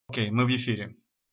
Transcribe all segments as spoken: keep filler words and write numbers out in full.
Окей, мы в эфире.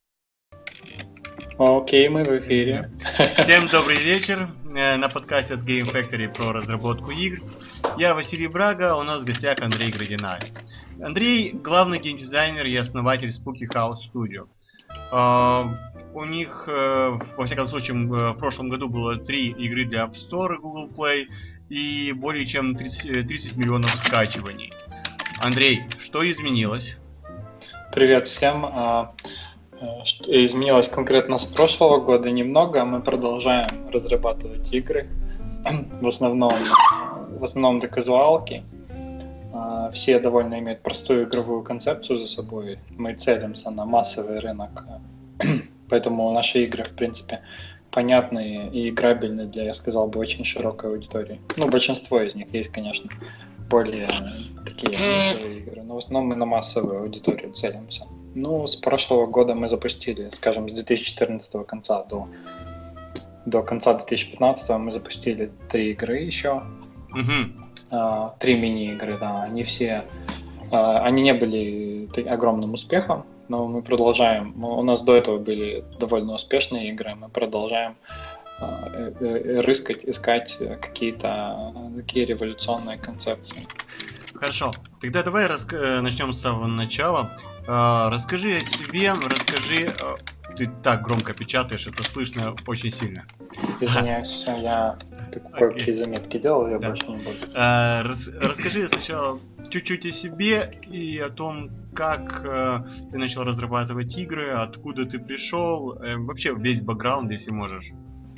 Окей, мы в эфире. Всем добрый вечер. На подкасте от Game Factory про разработку игр. Я Василий Брага, у нас в гостях Андрей Градина. Андрей главный геймдизайнер и основатель Spooky House Studio. У них, во всяком случае, в прошлом году было три игры для App Store и Google Play и более чем тридцать, тридцать миллионов скачиваний. Андрей, что изменилось? Привет всем. Изменилось конкретно с прошлого года немного. Мы продолжаем разрабатывать игры. В основном, в основном до казуалки. Все довольно имеют простую игровую концепцию за собой. Мы целимся на массовый рынок. Поэтому наши игры, в принципе, понятные и играбельные для, я сказал бы, очень широкой аудитории. Ну, большинство из них есть, конечно, более такие массовые игры, но в основном мы на массовую аудиторию целимся. Ну, с прошлого года мы запустили, скажем, с две тысячи четырнадцатого конца до, до конца две тысячи пятнадцатого мы запустили три игры еще. Mm-hmm. А, три мини-игры, да. Они все, а, они не были огромным успехом, но мы продолжаем. У нас до этого были довольно успешные игры, мы продолжаем рыскать, искать какие-то такие революционные концепции. Хорошо. Тогда давай рас... начнем с самого начала. Расскажи о себе, расскажи... Ты так громко печатаешь, это слышно очень сильно. Извиняюсь, я такие заметки делал, я да. больше не буду. Рас... Расскажи сначала чуть-чуть о себе и о том, как ты начал разрабатывать игры, откуда ты пришел, вообще весь бэкграунд, если можешь.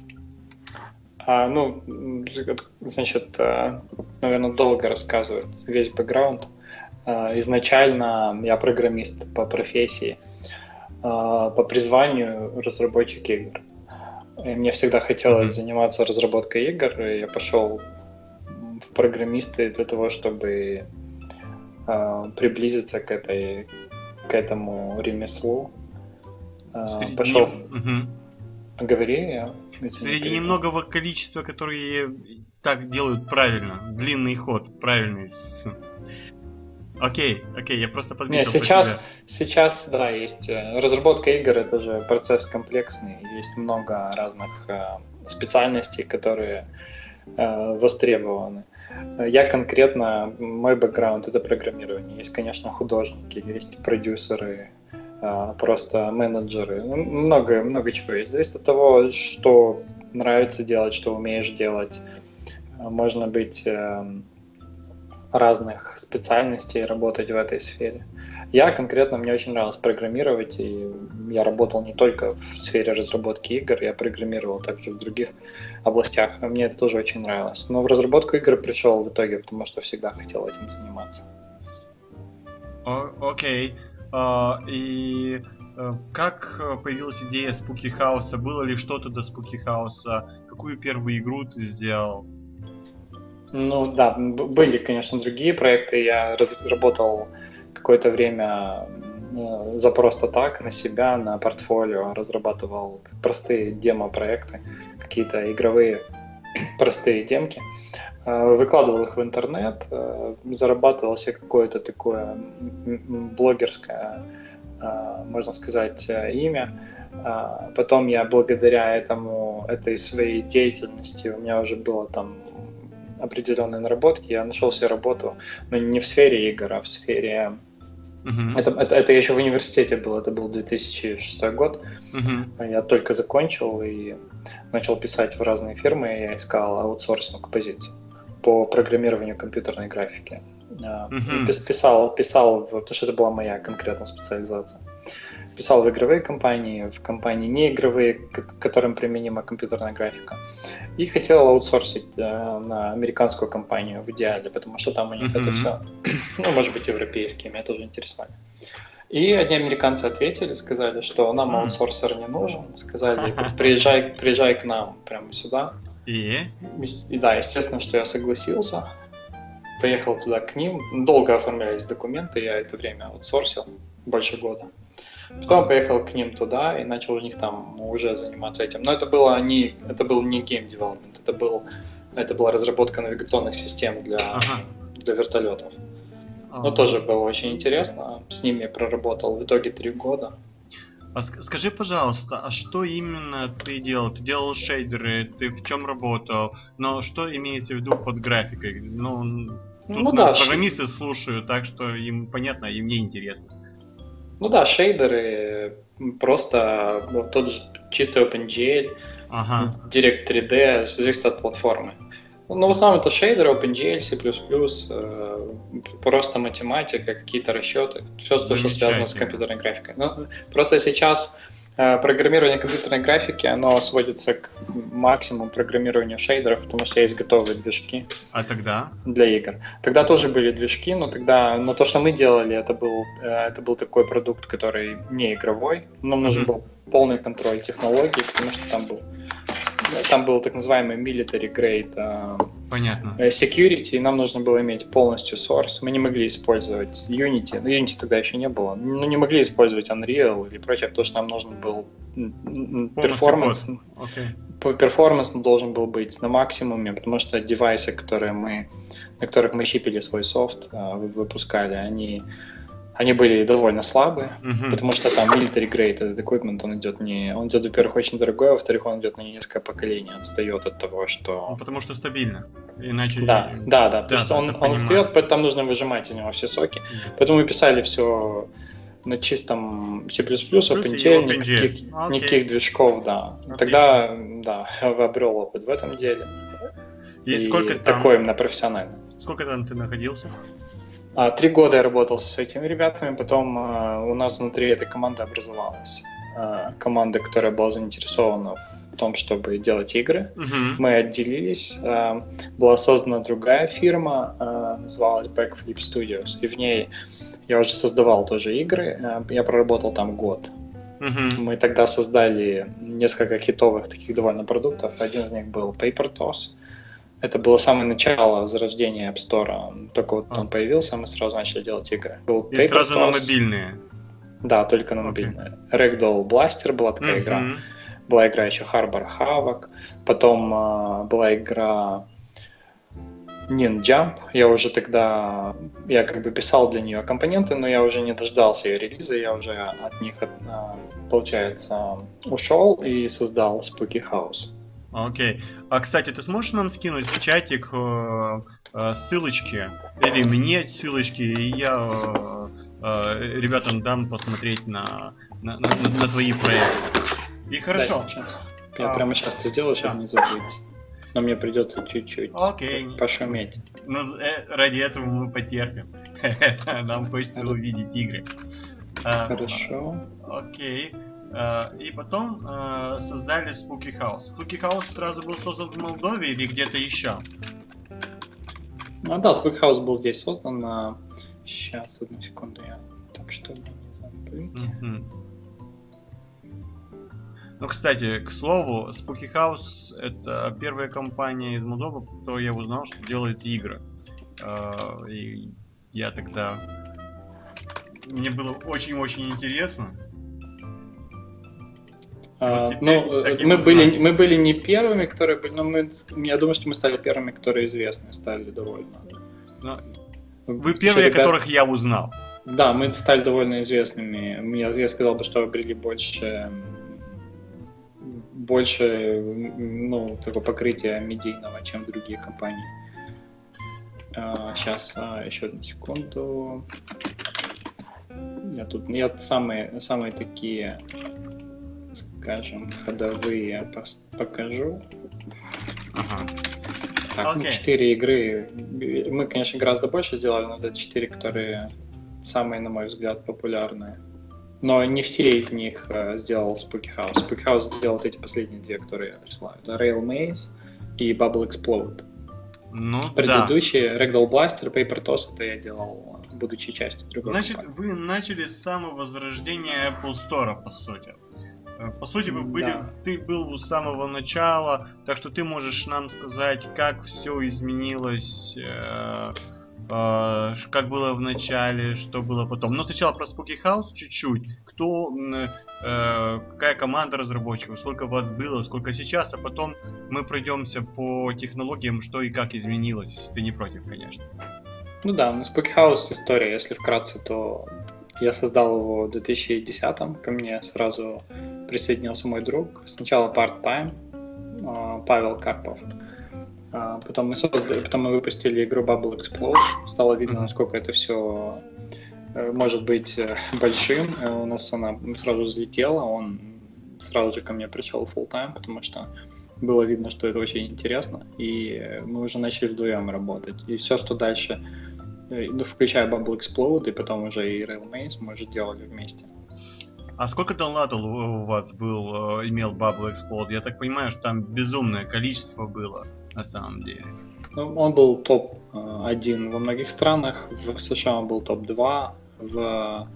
А, ну, значит, наверное, долго рассказывать весь бэкграунд. Изначально я программист по профессии, по призванию разработчик игр. И мне всегда хотелось mm-hmm. заниматься разработкой игр, и я пошел в программисты для того, чтобы приблизиться к этой, к этому ремеслу. Среди... Пошел. Mm-hmm. Говори, я... Среди немногого количества, которые так делают правильно. Длинный ход, правильный. Окей, окей, я просто подметил. Нет, сейчас, сейчас, да, есть. Разработка игр — это же процесс комплексный. Есть много разных э, специальностей, которые э, востребованы. Я конкретно, мой бэкграунд — это программирование. Есть, конечно, художники, есть продюсеры, просто менеджеры, много, много чего есть. Зависит от того, что нравится делать, что умеешь делать. Можно быть разных специальностей, работать в этой сфере. Я конкретно, мне очень нравилось программировать, и я работал не только в сфере разработки игр, я программировал также в других областях, мне это тоже очень нравилось. Но в разработку игр пришел в итоге, потому что всегда хотел этим заниматься. Окей. Okay. Uh, и uh, как появилась идея Spooky House? Было ли что-то до Spooky House? Какую первую игру ты сделал? Ну да, были, конечно, другие проекты. Я разработал какое-то время ну, за просто так, на себя, на портфолио. Разрабатывал простые демо-проекты, какие-то игровые простые демки. Выкладывал их в интернет, зарабатывал себе какое-то такое блогерское, можно сказать, имя. Потом я благодаря этому, этой своей деятельности, у меня уже было там определенные наработки, я нашел себе работу, но не в сфере игр, а в сфере... Uh-huh. Это, это, это еще в университете было, это был две тысячи шестой год. Uh-huh. Я только закончил и начал писать в разные фирмы, я искал аутсорсинг позиций по программированию компьютерной графики. Uh-huh. Писал, писал, потому что это была моя конкретная специализация. Писал в игровые компании, в компании неигровые, к которым применима компьютерная графика. И хотел аутсорсить э, на американскую компанию в идеале, потому что там у них uh-huh. это все, ну, может быть, европейские, меня тоже интересовали. И одни американцы ответили, сказали, что нам uh-huh. аутсорсер не нужен, сказали, приезжай, приезжай к нам прямо сюда. И? И да, естественно, что я согласился. Поехал туда к ним. Долго оформлялись документы, я это время аутсорсил, больше года. Потом uh-huh. поехал к ним туда и начал у них там уже заниматься этим. Но это было не, это был не game development, это был, это была разработка навигационных систем для, uh-huh. для вертолетов. Но тоже было очень интересно. С ними проработал в итоге три года. А скажи, пожалуйста, а что именно ты делал? Ты делал шейдеры, ты в чем работал? Но что имеется в виду под графикой? Ну, тут ну да, программисты ш... слушают, так что им понятно, и мне интересно. Ну да, шейдеры, просто ну, тот же чистый OpenGL, ага. Direct три дэ, зависит от платформы. Но в основном это шейдеры, OpenGL, C++, э, просто математика, какие-то расчеты, все, что связано с компьютерной графикой. Но просто сейчас э, программирование компьютерной графики, оно сводится к максимуму программирования шейдеров, потому что есть готовые движки. А тогда? Для игр. Тогда тоже были движки, но тогда, но то, что мы делали, это был, э, это был такой продукт, который не игровой. Нам нужен mm-hmm. был полный контроль технологий, потому что там был Там был так называемый military grade uh, Понятно. security, и нам нужно было иметь полностью source. Мы не могли использовать Unity, ну Unity тогда еще не было, но не могли использовать Unreal или прочее, потому что нам нужен был перформанс. Okay. Перформанс должен был быть на максимуме, потому что девайсы, которые мы, на которых мы щипили свой софт, выпускали, они Они были довольно слабые, uh-huh. потому что там military grade этот equipment, он идет не, он идет, во-первых, очень дорогой, а во-вторых, он идет на несколько поколений, отстает от того, что. Ну, потому что стабильно, иначе. Да, да, да, потому да, что он, он отстает, там нужно выжимать из него все соки, uh-huh. поэтому мы писали все на чистом C++, OpenGL, никаких, okay. никаких движков, да. Отлично. Тогда, да, обрел опыт в этом деле. И, и сколько там? Такой именно профессиональный. Сколько там ты находился? А, три года я работал с этими ребятами, потом а, у нас внутри этой команды образовалась а, команда, которая была заинтересована в том, чтобы делать игры. Uh-huh. Мы отделились, а, была создана другая фирма, а, называлась Backflip Studios, и в ней я уже создавал тоже игры, а, я проработал там год. Uh-huh. Мы тогда создали несколько хитовых таких довольно продуктов, один из них был PaperToss. Это было самое начало зарождения App Store. Только вот а. он появился, мы сразу начали делать игры. Был И сразу на мобильные? Да, только на мобильные. Okay. Ragdoll Blaster была такая mm-hmm. игра. Была игра еще Harbor Havoc. Потом uh, была игра Ninjump. Я уже тогда... Я как бы писал для нее компоненты, но я уже не дождался ее релиза. Я уже от них, получается, ушел и создал Spooky House. Окей. Okay. А, кстати, ты сможешь нам скинуть в чатик э, э, ссылочки? Или мне ссылочки, и я э, э, ребятам дам посмотреть на, на, на, на твои проекты. И хорошо. Да, сейчас. Я а, прямо сейчас это сделаю, чтобы да. не забыть. Но мне придется чуть-чуть okay. пошуметь. Ну, э, ради этого мы потерпим. Нам хочется увидеть игры. Хорошо. Окей. Uh, и потом uh, создали Spooky House. Spooky House сразу был создан в Молдове или где-то еще? Ну да, Spooky House был здесь создан. А... Сейчас, одну секунду, я так, чтобы не забыть. Mm-hmm. Ну, кстати, к слову, Spooky House — это первая компания из Молдовы, кто я узнал, что делает игры. Uh, и я тогда... Мне было очень-очень интересно. Uh, вот ну, мы были, мы были не первыми, которые были, но мы, я думаю, что мы стали первыми, которые известны, стали довольно. Но вы первые, ребят... которых я узнал. Да, мы стали довольно известными. Я, я сказал бы, что обрели больше, больше, ну, такого покрытия медийного, чем другие компании. Uh, сейчас, uh, еще одну секунду. Я тут, я самые, самые такие, скажем, ходовые покажу. Ага. Так, okay. ну, четыре игры. Мы, конечно, гораздо больше сделали, но это четыре, которые самые, на мой взгляд, популярные. Но не все из них uh, сделал Spooky House. Spooky House сделал вот эти последние две, которые я присылаю. Это Rail Maze и Bubble Explode. Ну, предыдущие, да. Ragdoll Blaster, PaperToss, это я делал, будучи частью другой Значит, компании. Вы начали с самого зарождения Apple Store, по сути. По сути, вы были, да. ты был с самого начала, так что ты можешь нам сказать, как все изменилось, э, э, как было в начале, что было потом. Но сначала про Spooky House чуть-чуть. Кто, э, какая команда разработчиков, сколько вас было, сколько сейчас, а потом мы пройдемся по технологиям, что и как изменилось, если ты не против, конечно. Ну да, ну Spooky House история, если вкратце, то я создал его в две тысячи десятом, ко мне сразу присоединился мой друг, сначала part-time, Павел Карпов, потом мы, создали, потом мы выпустили игру Bubble Explode, стало видно, насколько это все может быть большим, у нас она сразу взлетела, он сразу же ко мне пришел full-time, потому что было видно, что это очень интересно, и мы уже начали вдвоем работать. И все, что дальше, ну, включая Bubble Explode, и потом уже и Rail Maze, мы уже делали вместе. А сколько даунлодов у вас был, имел Bubble Explode? Я так понимаю, что там безумное количество было, на самом деле. Ну, он был топ один во многих странах, в США он был топ два, в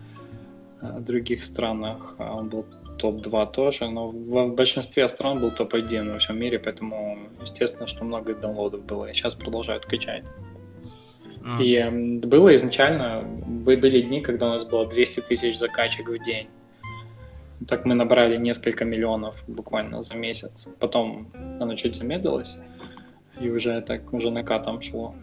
других странах он был топ два тоже, но в большинстве стран был топ один во всем мире, поэтому естественно, что много даунлодов было, и сейчас продолжают качать. Mm. И было изначально, были дни, когда у нас было двести тысяч закачек в день. Так мы набрали несколько миллионов буквально за месяц. Потом оно чуть замедлилось, и уже так уже накатом шло.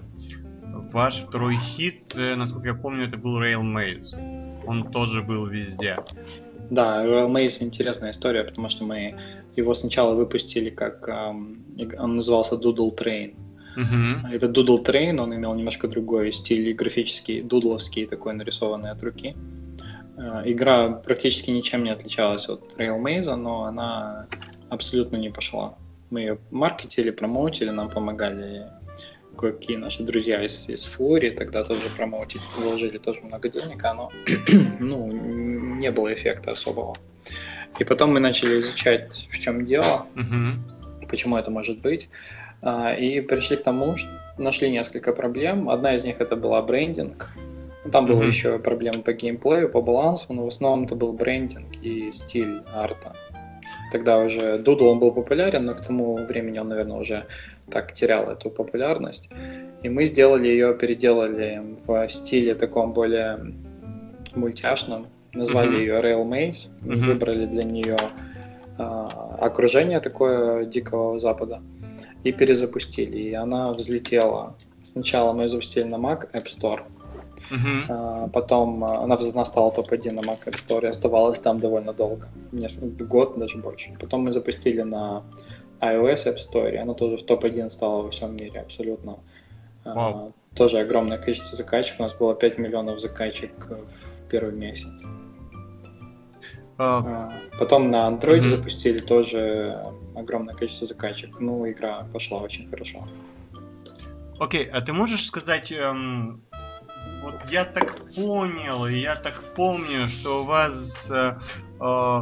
Ваш второй хит, насколько я помню, это был Rail Maze. Он тоже был везде. Да, Rail Maze интересная история, потому что мы его сначала выпустили как... Эм, он назывался Doodle Train. Uh-huh. Это Doodle Train, он имел немножко другой стиль графический, дудловский, такой нарисованный от руки. Э, игра практически ничем не отличалась от Rail Maze, но она абсолютно не пошла. Мы ее маркетили, промоутили, нам помогали кое-какие наши друзья из, из Флори, тогда тоже промоутить, вложили тоже много денег, а оно ну, не было эффекта особого. И потом мы начали изучать, в чем дело, uh-huh. почему это может быть, и пришли к тому, что нашли несколько проблем. Одна из них это была брендинг. Там uh-huh. было еще проблемы по геймплею, по балансу, но в основном это был брендинг и стиль арта. Тогда уже Doodle он был популярен, но к тому времени он, наверное, уже так терял эту популярность. И мы сделали ее, переделали в стиле таком более мультяшном. Назвали uh-huh. ее Rail Maze. Uh-huh. Выбрали для нее э, окружение такое Дикого Запада. И перезапустили. И она взлетела. Сначала мы ее запустили на Mac App Store. Uh-huh. Потом она, она стала топ один на Mac App Store и оставалась там довольно долго, несколько год, даже больше. Потом мы запустили на iOS App Store, и она тоже в топ один стала во всем мире абсолютно. Wow. Тоже огромное количество закачек, у нас было пять миллионов закачек в первый месяц. Uh. Потом на Android uh-huh. запустили тоже огромное количество закачек, ну игра пошла очень хорошо. Окей, okay, а ты можешь сказать... Эм... Вот я так понял, и я так помню, что у вас э, э,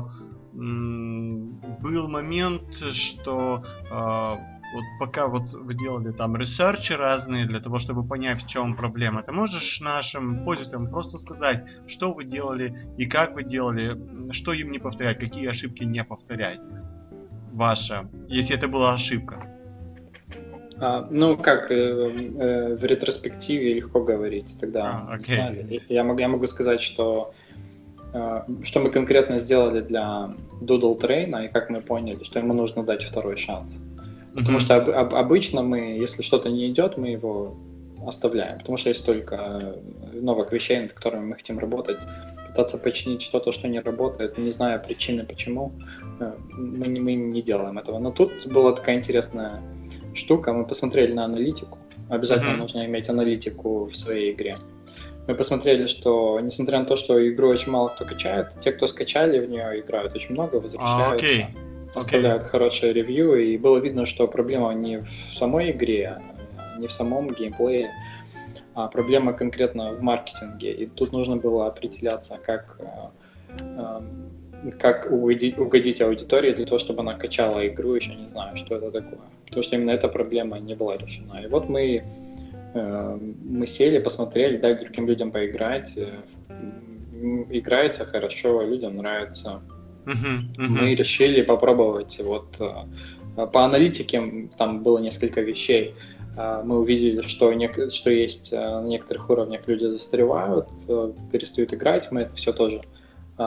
был момент, что э, вот пока вот вы делали там ресерчи разные для того, чтобы понять, в чем проблема, ты можешь нашим пользователям просто сказать, что вы делали и как вы делали, что им не повторять, какие ошибки не повторять, ваша, если это была ошибка? А, ну, как, э, э, в ретроспективе легко говорить, тогда а, okay. знали. Я могу, я могу сказать, что, э, что мы конкретно сделали для Doodle Train, и как мы поняли, что ему нужно дать второй шанс. Mm-hmm. Потому что об, об, обычно мы, если что-то не идет, мы его оставляем, потому что есть столько новых вещей, над которыми мы хотим работать. Пытаться починить что-то, что не работает, не зная причины, почему, мы не, мы не делаем этого. Но тут была такая интересная штука, мы посмотрели на аналитику, обязательно mm-hmm. нужно иметь аналитику в своей игре. Мы посмотрели, что несмотря на то, что игру очень мало кто качает, те, кто скачали в нее, играют очень много, возвращаются, ah, okay. оставляют okay. хорошее ревью, и было видно, что проблема не в самой игре, не в самом геймплее, а проблема конкретно в маркетинге. И тут нужно было определяться, как, как угодить, угодить аудитории для того, чтобы она качала игру, еще не знаю, что это такое. Потому что именно эта проблема не была решена. И вот мы, мы сели, посмотрели, дали другим людям поиграть. Играется хорошо, людям нравится. Uh-huh, uh-huh. Мы решили попробовать. Вот, по аналитике там было несколько вещей. Мы увидели, что, не, что есть на некоторых уровнях люди застаревают, перестают играть. Мы это все тоже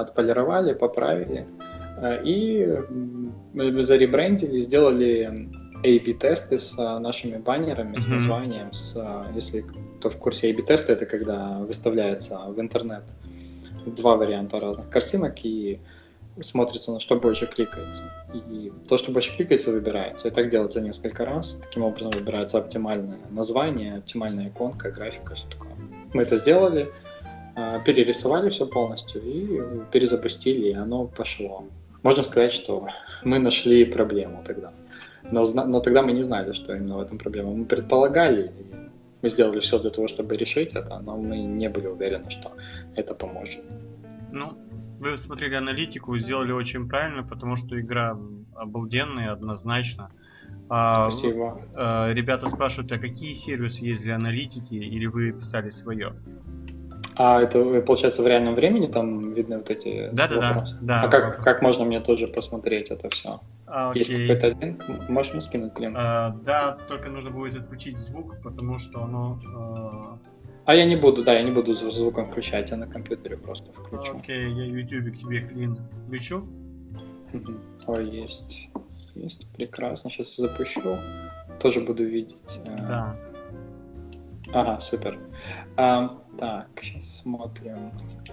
отполировали, поправили и заребрендили, сделали эй би-тесты с а, нашими баннерами, mm-hmm. с названием, с, а, если кто в курсе, эй би-тесты — это когда выставляется в интернет два варианта разных картинок и смотрится, на что больше кликается. И то, что больше кликается, выбирается. И так делается несколько раз. Таким образом выбирается оптимальное название, оптимальная иконка, графика, все такое. Мы это сделали, перерисовали все полностью и перезапустили, и оно пошло. Можно сказать, что мы нашли проблему тогда. Но, но тогда мы не знали, что именно в этом проблема. Мы предполагали, мы сделали все для того, чтобы решить это, но мы не были уверены, что это поможет. Ну, вы смотрели аналитику, сделали очень правильно, потому что игра обалденная, однозначно. Спасибо. А, ребята спрашивают, а какие сервисы есть для аналитики, или вы писали свое? А это, получается, в реальном времени там видны вот эти да, вопросы? Да, да. А как, как можно мне тоже посмотреть это все? А, есть какой-то линк? Можешь мне скинуть линк? А, да, только нужно будет отключить звук, потому что оно... А... а я не буду, да, я не буду звуком включать, я на компьютере просто включу. Окей, я YouTube тебе клин включу. Ой, есть. Есть, прекрасно. Сейчас запущу. Тоже буду видеть. Да. Ага, супер. А, так, сейчас смотрим.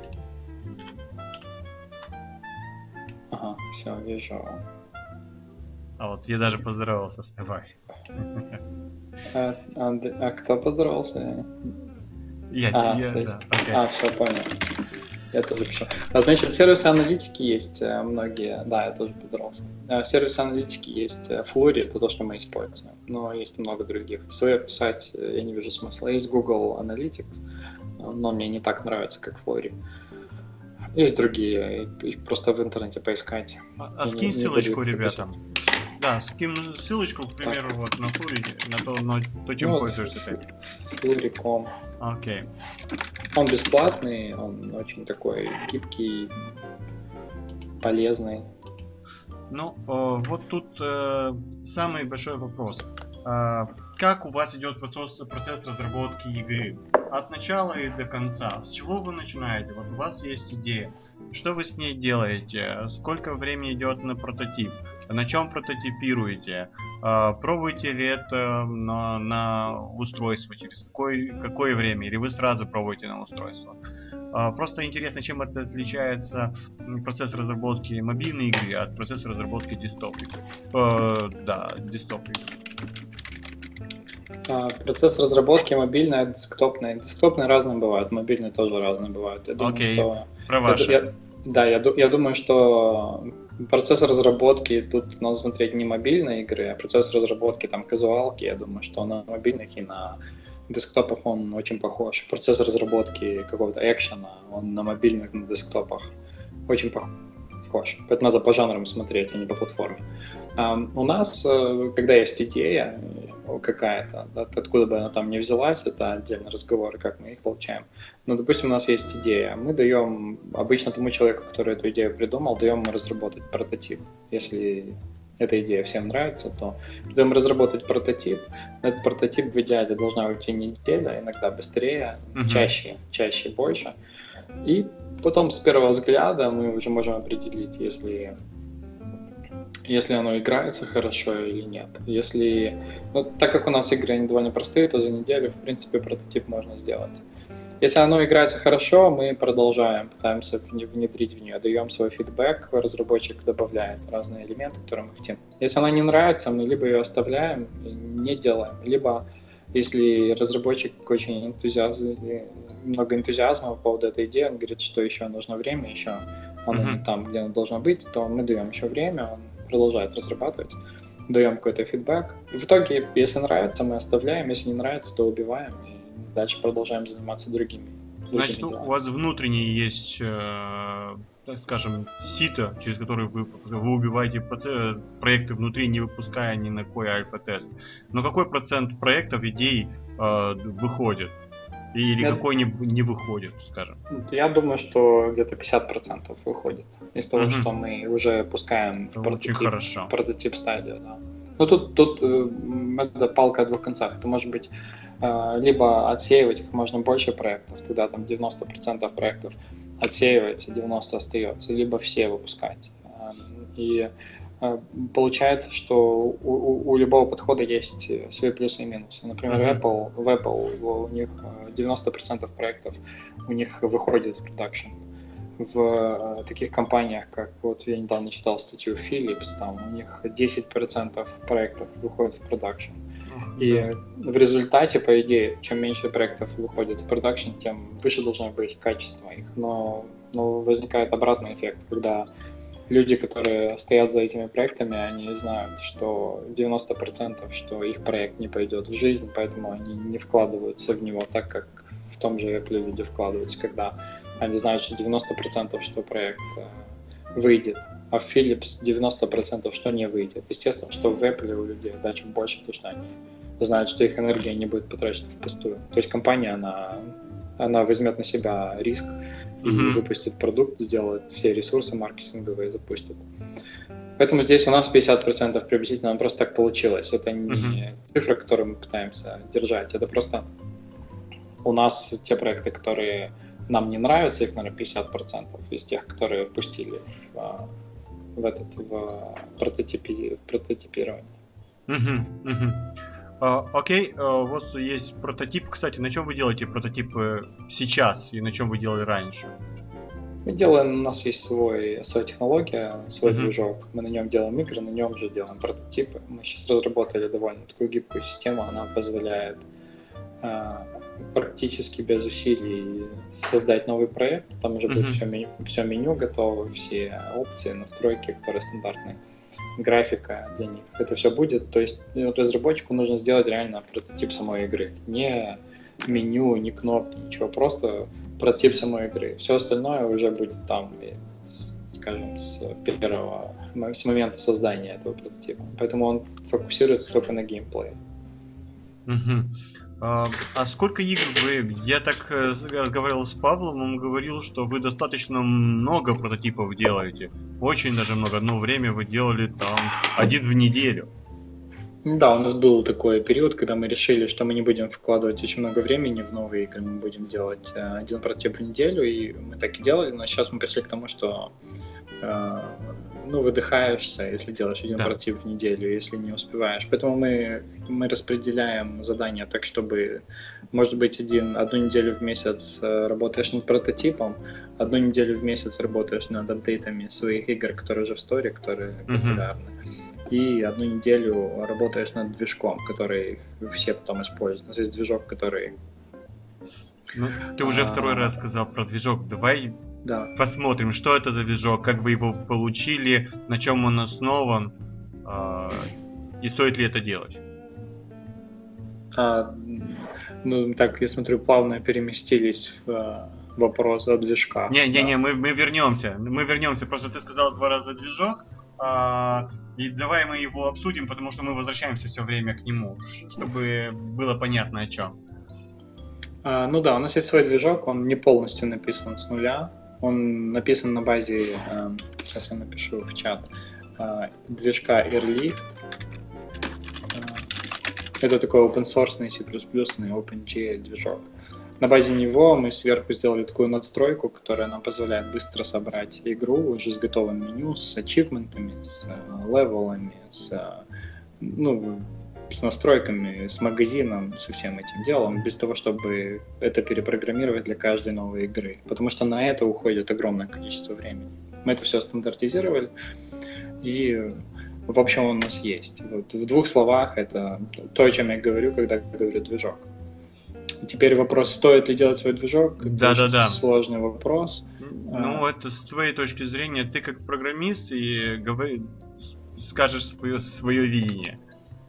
Ага, все, вижу. А вот я даже поздоровался с тобой. А, а, а кто поздоровался? Я, а, я, с... да. Okay. А, все, понял. Я тоже пишу. А, значит, сервисы аналитики есть многие. Да, я тоже поздоровался. Сервисы аналитики есть Flurry, это то, что мы используем. Но есть много других. Свое писать я не вижу смысла. Есть Google Analytics, но мне не так нравится, как Flurry. Есть другие, их просто в интернете поискать. А, а скинь ссылочку ребятам. Да, скинь ссылочку, к примеру, так. вот на Flurry, на то, на то чем ну, пользуешься ты. Flurry точка ком. Окей. Он бесплатный, он очень такой гибкий, полезный. Ну, э, вот тут э, самый большой вопрос. Э, как у вас идет процесс, процесс разработки игры? От начала и до конца. С чего вы начинаете? Вот у вас есть идея. Что вы с ней делаете? Сколько времени идет на прототип? На чем прототипируете? Э, пробуете ли это на, на устройство? Через какое, какое время? Или вы сразу пробуете на устройство? Э, просто интересно, чем это отличается процесс разработки мобильной игры от процесса разработки десктоп игры. Э, да, десктоп игры. Процесс разработки мобильной и десктопной. Десктопные разные бывают, мобильные тоже разные бывают. Я думаю, okay. что... Про ваши. Я, да, я, я думаю, что процесс разработки, тут надо смотреть не мобильные игры, а процесс разработки там казуалки, я думаю, что на мобильных и на десктопах он очень похож. Процесс разработки какого-то экшена, он на мобильных, на десктопах очень похож. Поэтому надо по жанрам смотреть, а не по платформе. Um, у нас, когда есть идея какая-то, да, откуда бы она там ни взялась, это отдельный разговор, как мы их получаем. Но, допустим, у нас есть идея. Мы даем обычно тому человеку, который эту идею придумал, даем ему разработать прототип. Если эта идея всем нравится, то даем разработать прототип. Этот прототип в идеале должна уйти неделя, иногда быстрее, uh-huh. чаще, чаще больше. И потом с первого взгляда мы уже можем определить, если, если оно играется хорошо или нет. Если, ну, так как у нас игры они довольно простые, то за неделю, в принципе, прототип можно сделать. Если оно играется хорошо, мы продолжаем, пытаемся внедрить в нее, даем свой фидбэк, разработчик добавляет разные элементы, которые мы хотим. Если она не нравится, мы либо ее оставляем и не делаем, либо если разработчик очень энтузиазм, много энтузиазма по поводу этой идеи, он говорит, что еще нужно время, еще оно mm-hmm. не там, где оно должно быть, то мы даем еще время, он продолжает разрабатывать, даем какой-то фидбэк. В итоге, если нравится, мы оставляем, если не нравится, то убиваем и дальше продолжаем заниматься другими. Значит, другими у вас внутренний есть, э, так скажем, сито, через который вы, вы убиваете проекты внутри, не выпуская ни на какой альфа-тест. Но какой процент проектов, идей э, выходит? Или я... какой не, не выходит, скажем? Я думаю, что где-то пятьдесят процентов выходит из того, mm-hmm. что мы уже пускаем в прототип, прототип стадию. Да. Ну тут, тут э, это палка о двух концах. Это может быть э, либо отсеивать их можно больше проектов, тогда там девяносто процентов проектов отсеивается, девяносто процентов остается, либо все выпускать. И получается, что у, у, у любого подхода есть свои плюсы и минусы. Например, mm-hmm. Apple, в Apple у них девяносто процентов проектов у них выходит в продакшн. В таких компаниях, как вот я недавно читал статью Philips, там у них десять процентов проектов выходит в продакшн. Mm-hmm. И в результате, по идее, чем меньше проектов выходит в продакшн, тем выше должно быть качество их. Но, но возникает обратный эффект, когда люди, которые стоят за этими проектами, они знают, что девяносто процентов, что их проект не пойдет в жизнь, поэтому они не вкладываются в него так, как в том же Apple люди вкладываются, когда они знают, что девяносто процентов, что проект выйдет, а в Philips девяносто процентов, что не выйдет. Естественно, что в Apple у людей дача больше, потому что они знают, что их энергия не будет потрачена впустую. То есть компания, она, она возьмет на себя риск и mm-hmm. выпустит продукт, сделает все ресурсы маркетинговые, запустит. Поэтому здесь у нас пятьдесят процентов приблизительно, просто так получилось. Это не mm-hmm. цифра, которую мы пытаемся держать, это просто у нас те проекты, которые нам не нравятся, их, наверное, пятьдесят процентов из тех, которые пустили в, в, этот, в, прототипи, в прототипирование. Mm-hmm. Mm-hmm. Uh, окей, uh, вот есть прототип. Кстати, на чем вы делаете прототипы сейчас и на чем вы делали раньше? Мы делаем, у нас есть свой, своя технология, свой mm-hmm. движок. Мы на нем делаем игры, на нем же делаем прототипы. Мы сейчас разработали довольно такую гибкую систему, она позволяет uh, практически без усилий создать новый проект. Там уже mm-hmm. будет все меню, все меню готово, все опции, настройки, которые стандартные. Графика для них. Это все будет. То есть разработчику нужно сделать реально прототип самой игры. Не меню, не кнопки, ничего. Просто прототип самой игры. Все остальное уже будет там, скажем, с первого, с момента создания этого прототипа. Поэтому он фокусируется только на геймплее. Uh-huh. А, а сколько игр вы... Я так разговаривал с Павлом, он говорил, что вы достаточно много прототипов делаете. Очень даже много. Одно время вы делали там один в неделю. Да, у нас был такой период, когда мы решили, что мы не будем вкладывать очень много времени в новые игры, мы будем делать один прототип в неделю, и мы так и делали, но сейчас мы пришли к тому, что э, ну, выдыхаешься, если делаешь один да. прототип в неделю, если не успеваешь. Поэтому мы, мы распределяем задания так, чтобы, может быть, один, одну неделю в месяц работаешь над прототипом, одну неделю в месяц работаешь над апдейтами своих игр, которые уже в сторе, которые mm-hmm. популярны, и одну неделю работаешь над движком, который все потом используют. У нас есть движок, который... Ну, ты уже а... второй раз сказал про движок. Давай да. посмотрим, что это за движок, как вы его получили, на чем он основан, э, и стоит ли это делать. А, ну, так, я смотрю, плавно переместились в вопрос о движках. Не-не-не, да. мы, мы вернемся. Мы вернемся. Просто ты сказал два раза движок, а, и давай мы его обсудим, потому что мы возвращаемся все время к нему, чтобы было понятно о чем. А, ну да, у нас есть свой движок, он не полностью написан с нуля. Он написан на базе, э, сейчас я напишу в чат, э, движка Airlift. Э, это такой open-source C++, OpenGL движок. На базе него мы сверху сделали такую надстройку, которая нам позволяет быстро собрать игру уже с готовым меню, с ачивментами, с э, левелами, с, э, ну, с настройками, с магазином, со всем этим делом, без того, чтобы это перепрограммировать для каждой новой игры. Потому что на это уходит огромное количество времени. Мы это все стандартизировали, и в общем он у нас есть. Вот в двух словах это то, о чем я говорю, когда говорю движок. И теперь вопрос, стоит ли делать свой движок? Да, да, да. Сложный вопрос. Ну, а... это с твоей точки зрения, ты как программист и говори, скажешь свое, свое видение.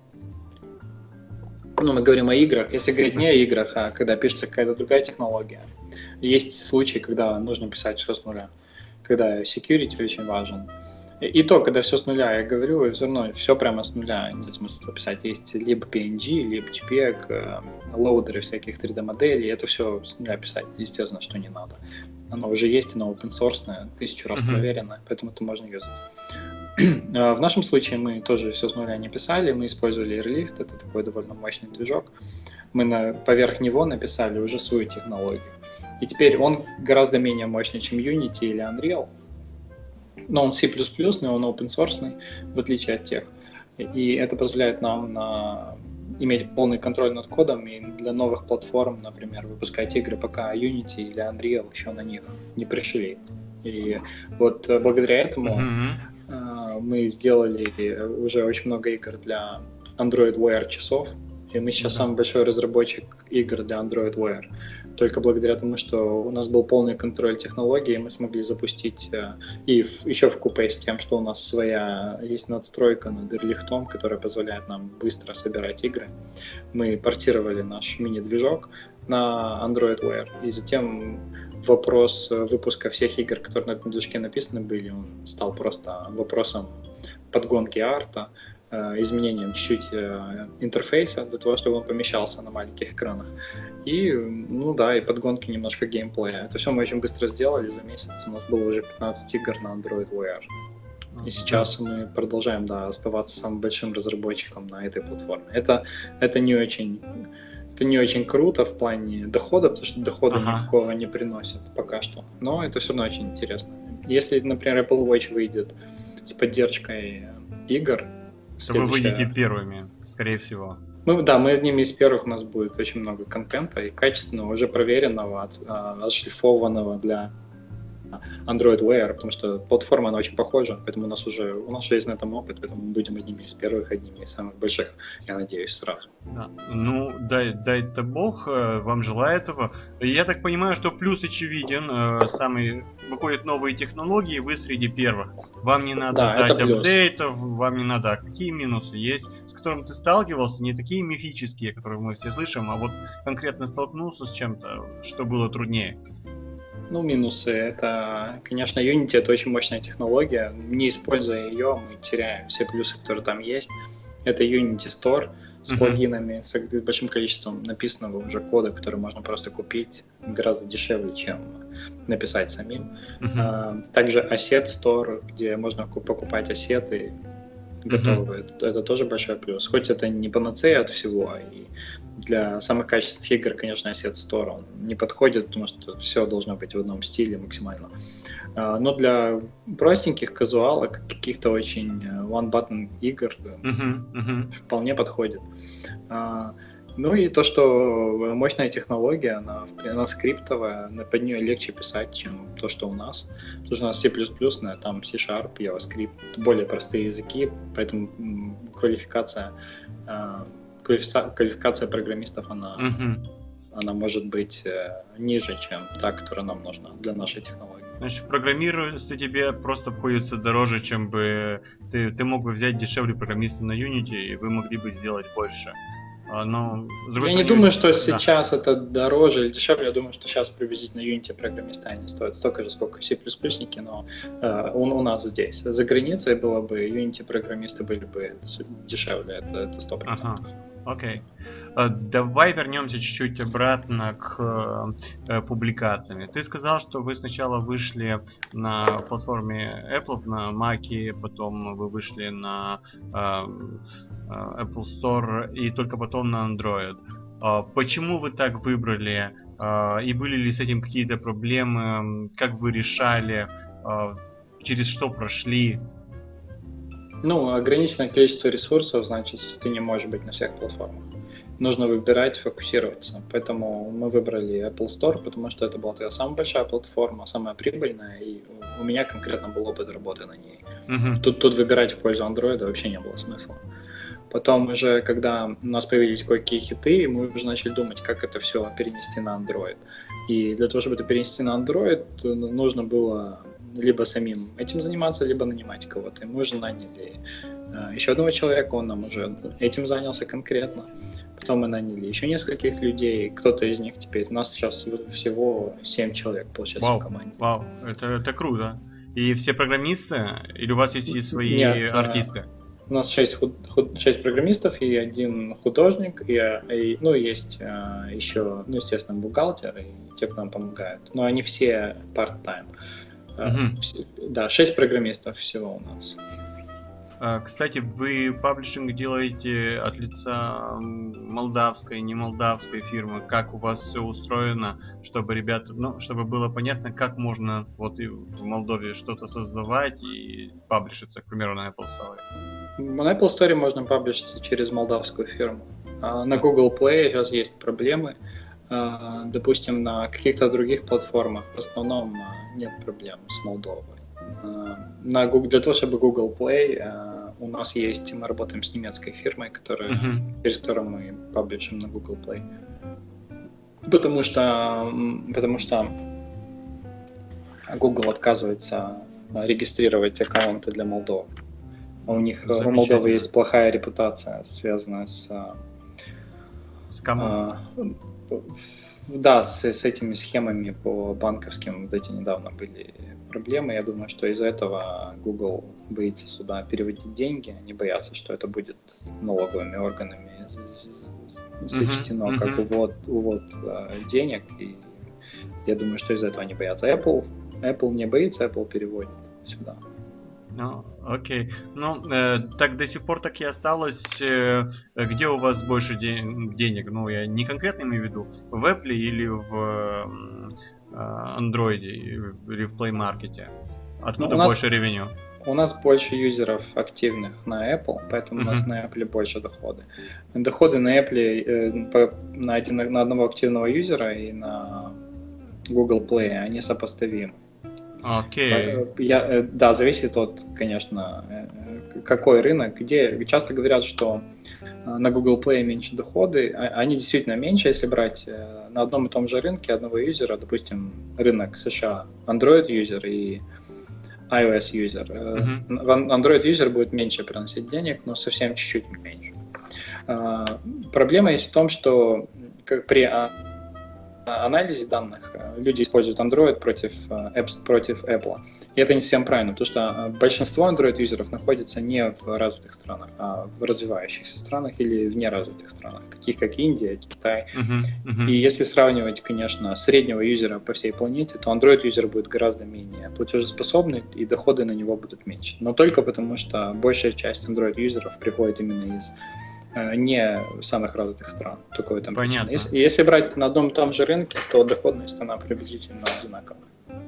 Ну, мы говорим о играх. Если говорить не о играх, а когда пишется какая-то другая технология, есть случаи, когда нужно писать все с нуля, когда security очень важен. И то, когда все с нуля, я говорю, все равно все прямо с нуля нет смысла писать. Есть либо пи эн джи, либо JPEG, лоудеры всяких три дэ-моделей, это все с нуля писать, естественно, что не надо. Оно уже есть, оно open source, тысячу раз mm-hmm. проверено, поэтому это можно юзать. В нашем случае мы тоже все с нуля не писали, мы использовали Airlift, это такой довольно мощный движок. Мы на, поверх него написали уже свою технологию. И теперь он гораздо менее мощный, чем Unity или Unreal. но он C++, но он open source, в отличие от тех. И это позволяет нам на... иметь полный контроль над кодом и для новых платформ, например, выпускать игры, пока Unity или Unreal еще на них не пришли. И вот благодаря этому mm-hmm. мы сделали уже очень много игр для Android Wear часов, и мы сейчас mm-hmm. самый большой разработчик игр для Android Wear. Только благодаря тому, что у нас был полный контроль технологий, мы смогли запустить, и в, еще в купе с тем, что у нас своя есть надстройка над Эрлихтом, которая позволяет нам быстро собирать игры. Мы портировали наш мини-движок на Android Wear, и затем вопрос выпуска всех игр, которые на этом движке написаны были, он стал просто вопросом подгонки арта, изменением чуть-чуть интерфейса для того, чтобы он помещался на маленьких экранах. И, ну да, и подгонки немножко геймплея. Это все мы очень быстро сделали. За месяц у нас было уже пятнадцать игр на Android Wear. И сейчас мы продолжаем, да, оставаться самым большим разработчиком на этой платформе. Это, это не очень... Это не очень круто в плане дохода, потому что дохода ага. никакого не приносит пока что. Но это все равно очень интересно. Если, например, Apple Watch выйдет с поддержкой игр, то следующая... вы выйдете первыми, скорее всего. Мы, да, мы одними из первых, у нас будет очень много контента и качественного, уже проверенного, от, а, отшлифованного для Android Wear, потому что платформа, она очень похожа, поэтому у нас уже, у нас уже есть на этом опыт, поэтому мы будем одними из первых, одними из самых больших, я надеюсь, сразу. Да. Ну, дай, дай-то Бог вам желаю этого. Я так понимаю, что плюс очевиден, самый, выходят новые технологии, вы среди первых. Вам не надо да, ждать апдейтов, вам не надо. А какие минусы есть, с которыми ты сталкивался, не такие мифические, которые мы все слышим, а вот конкретно столкнулся с чем-то, что было труднее? Ну, минусы. Это, конечно, Unity — это очень мощная технология. Не используя ее, мы теряем все плюсы, которые там есть. Это Unity Store с uh-huh. плагинами, с большим количеством написанного уже кода, который можно просто купить гораздо дешевле, чем написать самим. Uh-huh. Также Asset Store, где можно покупать ассеты готовые. Uh-huh. Это, это тоже большой плюс. Хоть это не панацея от всего, и для самых качественных игр, конечно, Asset Store он не подходит, потому что все должно быть в одном стиле максимально. Но для простеньких казуалок, каких-то очень one-button игр uh-huh, uh-huh. вполне подходит. Ну и то, что мощная технология, она, она скриптовая, под нее легче писать, чем то, что у нас. Потому что у нас C++, там C-Sharp, JavaScript, более простые языки, поэтому квалификация квалификация программистов, она, uh-huh. она может быть э, ниже, чем та, которая нам нужна для нашей технологии. Значит, программировать тебе просто обходится дороже, чем бы ты, ты мог бы взять дешевле программиста на Unity, и вы могли бы сделать больше. Но, я стороны, не думаю, что да. сейчас это дороже или дешевле. Я думаю, что сейчас приблизительно Unity программисты они стоят столько же, сколько C++-ники, но э, у, у нас здесь. За границей было бы Unity программисты были бы дешевле, это, это сто процентов. Ага. Окей. Okay. Давай вернемся чуть-чуть обратно к э, публикациям. Ты сказал, что вы сначала вышли на платформе Apple, на Mac, потом вы вышли на э, Apple Store и только потом на Android. Э, почему вы так выбрали? Э, и были ли с этим какие-то проблемы? Как вы решали? Э, через что прошли? Ну, ограниченное количество ресурсов, значит, что ты не можешь быть на всех платформах. Нужно выбирать, фокусироваться. Поэтому мы выбрали Apple Store, потому что это была такая самая большая платформа, самая прибыльная, и у меня конкретно был опыт работы на ней. Uh-huh. Тут, тут выбирать в пользу Android вообще не было смысла. Потом уже, когда у нас появились кое-какие хиты, мы уже начали думать, как это все перенести на Android. И для того, чтобы это перенести на Android, нужно было либо самим этим заниматься, либо нанимать кого-то. И мы уже наняли э, еще одного человека, он нам уже этим занялся конкретно. Потом мы наняли еще нескольких людей, кто-то из них теперь... У нас сейчас всего семь человек, получается, вау, в команде. Вау, это, это круто. И все программисты? Или у вас есть и свои Нет, артисты? У нас шесть, худ, худ, шесть программистов и один художник, и, и, ну, есть а, еще, ну, естественно, бухгалтер и те, кто нам помогают. Но они все part-time. Uh-huh. Все, да, шесть программистов всего у нас. А, Кстати, вы паблишинг делаете от лица м, молдавской, не молдавской фирмы. Как у вас все устроено, чтобы ребята, ну, чтобы было понятно, как можно вот и в Молдове что-то создавать и паблишиться, к примеру, на Apple Store? На Apple Store можно паблишиться через молдавскую фирму. А на Google Play сейчас есть проблемы. А, Допустим, на каких-то других платформах в основном а, нет проблем с Молдовой. А, На Google, для того, чтобы Google Play, а, у нас есть, мы работаем с немецкой фирмой, которая, Мгм. через которую мы паблишим на Google Play. Потому что, м, потому что Google отказывается регистрировать аккаунты для Молдовы. У них у Молдовы Замечательно. есть плохая репутация, связанная с, С кому? а, да, с, с этими схемами по банковским. Вот эти недавно были проблемы. Я думаю, что из-за этого Google боится сюда переводить деньги. Они боятся, что это будет налоговыми органами з- з- сочтено Мгм, как мгм. увод, увод э, денег. И я думаю, что из-за этого они боятся. Apple, Apple не боится, Apple переводит сюда. Ну, окей. Ну, э, так до сих пор так и осталось. Э, где у вас больше де- денег? Ну, я не конкретно имею в виду, в Apple или в м, э, Android или в Play Market? Ну, Откуда у нас больше ревеню? У нас больше юзеров активных на Apple, поэтому у нас Мгм. на Apple больше доходы. Доходы на Apple э, по- на, один, на одного активного юзера и на Google Play, они сопоставимы. Окей. Э, Я, э, да, зависит от, конечно, э, какой рынок, где. Часто говорят, что э, на Google Play меньше доходы. А- Они действительно меньше, если брать э, на одном и том же рынке одного юзера, допустим, рынок США, Android юзер и iOS юзер. Мгм. Android юзер будет меньше приносить денег, но совсем чуть-чуть меньше. А, Проблема есть в том, что как при а- анализе данных э, люди используют Android против, э, Apps- против Apple. И это не совсем правильно, потому что э, большинство Android-юзеров находится не в развитых странах, а в развивающихся странах или в неразвитых странах, таких как Индия, Китай. Мгм. Мгм. И если сравнивать, конечно, среднего юзера по всей планете, то Android-юзер будет гораздо менее платежеспособный, и доходы на него будут меньше. Но только потому, что большая часть Android-юзеров приходит именно из э, не самых развитых стран. Такое там причина. Понятно. Если, если брать на одном и том же рынке, то доходность, она приблизительно одинаковая.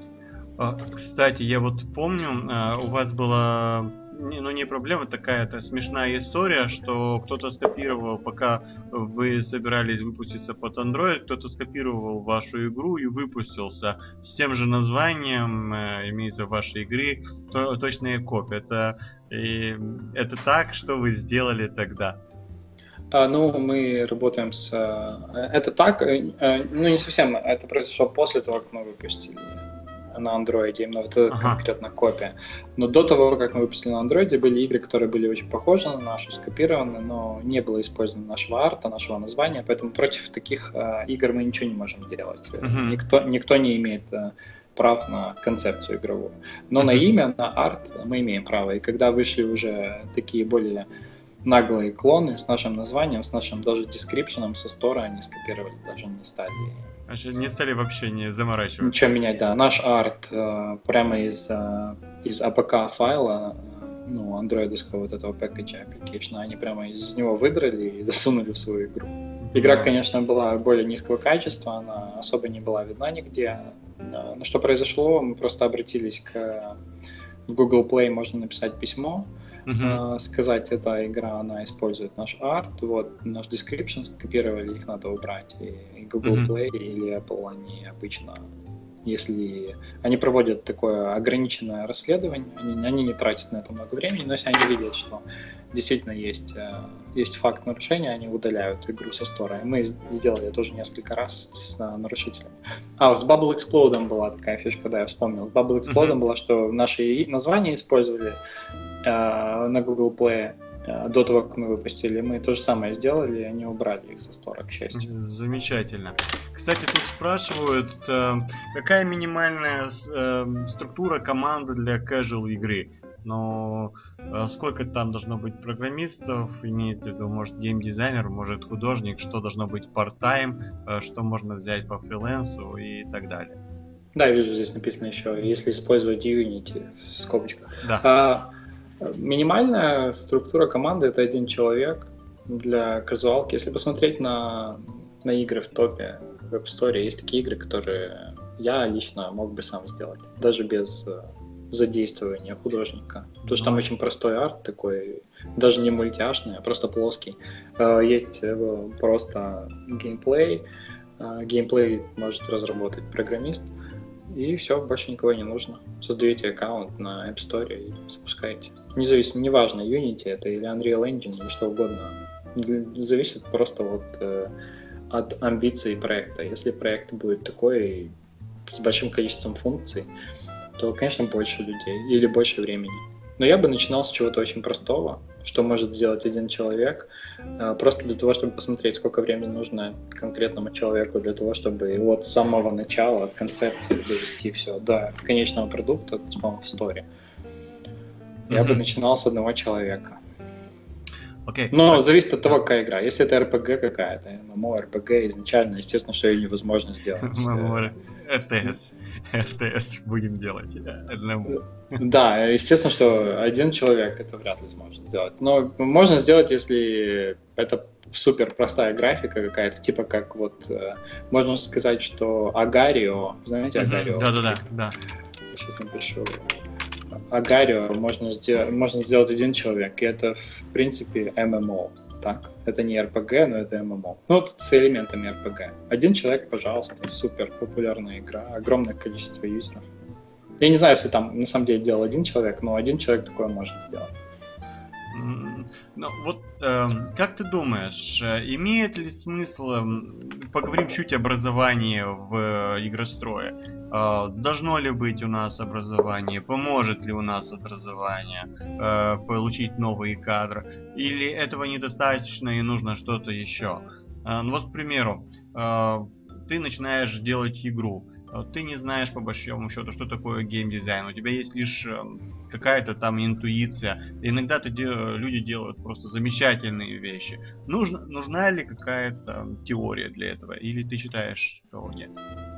А, Кстати, я вот помню, а, у вас была, не- ну не проблема такая, это смешная история, что кто-то скопировал, пока вы собирались выпуститься под Android, кто-то скопировал вашу игру и выпустился с тем же названием, э, имеется в вашей игры, то, точная копия. Это, и, это так, что вы сделали тогда? А, ну, мы работаем с... э, Это так, э, э, ну не совсем, это произошло после того, как мы выпустили на Android, именно вот эта Ага. конкретно копия. Но до того, как мы выпустили на Android, были игры, которые были очень похожи на нашу, скопированы, но не было использовано нашего арта, нашего названия, поэтому против таких э, игр мы ничего не можем делать. Мгм. Никто, никто не имеет э, прав на концепцию игровую. Но на Мгм. имя, на арт мы имеем право. И когда вышли уже такие более наглые клоны с нашим названием, с нашим даже дескрипшеном со стора, они скопировали, даже не стали Значит, не стали вообще не заморачиваться. ничего менять, да. Наш арт э, прямо из, э, из эй пи кей файла, э, ну, андроидовского вот этого package application, они прямо из него выдрали и засунули в свою игру. Игра, Ну, конечно, была более низкого качества, она особо не была видна нигде. Э, Но что произошло? Мы просто обратились к... В Google Play можно написать письмо, мгм. э, сказать, эта игра, она использует наш арт, вот, наш description скопировали, их надо убрать. И, и Google Мгм. Play или Apple, они обычно, если они проводят такое ограниченное расследование, они, они не тратят на это много времени, но если они видят, что действительно есть, э, есть факт нарушения, они удаляют игру со стора. И мы сделали тоже несколько раз с э, нарушителями. А, с Bubble Explode была такая фишка, да, я вспомнил. С Bubble Explode Мгм. было, что наши и- названия использовали э, на Google Play э, до того, как мы выпустили. Мы то же самое сделали, и они убрали их со стора, к счастью. Замечательно. Кстати, тут спрашивают, э, какая минимальная э, структура команды для casual игры. Но э, сколько там должно быть программистов, имеется в виду, может, геймдизайнер, может, художник, что должно быть part-time, э, что можно взять по фрилансу и так далее. Да, я вижу, здесь написано еще, если использовать Unity в скобочках. Да. А, Минимальная структура команды — это один человек для казуалки. Если посмотреть на, на игры в топе в App Store, есть такие игры, которые я лично мог бы сам сделать, даже без задействования художника. Потому что там очень простой арт такой, даже не мультяшный, а просто плоский. Есть просто геймплей. Геймплей может разработать программист. И все, больше никого не нужно. Создаете аккаунт на App Store и запускаете. Независимо, неважно, Unity это или Unreal Engine, или что угодно. Зависит просто вот, э, от амбиций проекта. Если проект будет такой, с большим количеством функций, то, конечно, больше людей или больше времени. Но я бы начинал с чего-то очень простого, что может сделать один человек, просто для того, чтобы посмотреть, сколько времени нужно конкретному человеку для того, чтобы вот с самого начала, от концепции довести все до конечного продукта, по-моему, в сторе. Я mm-hmm. бы начинал с одного человека. Okay. Но так, зависит от того, yeah. какая игра. Если это эр пи джи какая-то, эм эм о, эр пи джи, изначально, естественно, что ее невозможно сделать. эр ти эс. эр ти эс будем делать одному. Да, естественно, что один человек это вряд ли сможет сделать. Но можно сделать, если это супер простая графика какая-то, типа как вот, можно сказать, что Агарио, знаете Агарио? Да-да-да. да. Сейчас напишу. Агарио можно сделать, можно сделать один человек, и это, в принципе, эм эм о. Так, это не эр пи джи, но это эм эм о. Ну, тут с элементами эр пи джи. Один человек, пожалуйста, супер популярная игра, огромное количество юзеров. Я не знаю, если там на самом деле делал один человек, но один человек такое может сделать. Ну, вот э, как ты думаешь, имеет ли смысл, э, поговорим чуть о образовании в э, игрострое, э, должно ли быть у нас образование, поможет ли у нас образование э, получить новые кадры, или этого недостаточно и нужно что-то еще? Э, ну вот, к примеру, э, ты начинаешь делать игру, ты не знаешь по большому счету, что такое геймдизайн, у тебя есть лишь какая-то там интуиция. Иногда ты, люди делают просто замечательные вещи. Нужно, нужна ли какая-то теория для этого, или ты считаешь, что нет?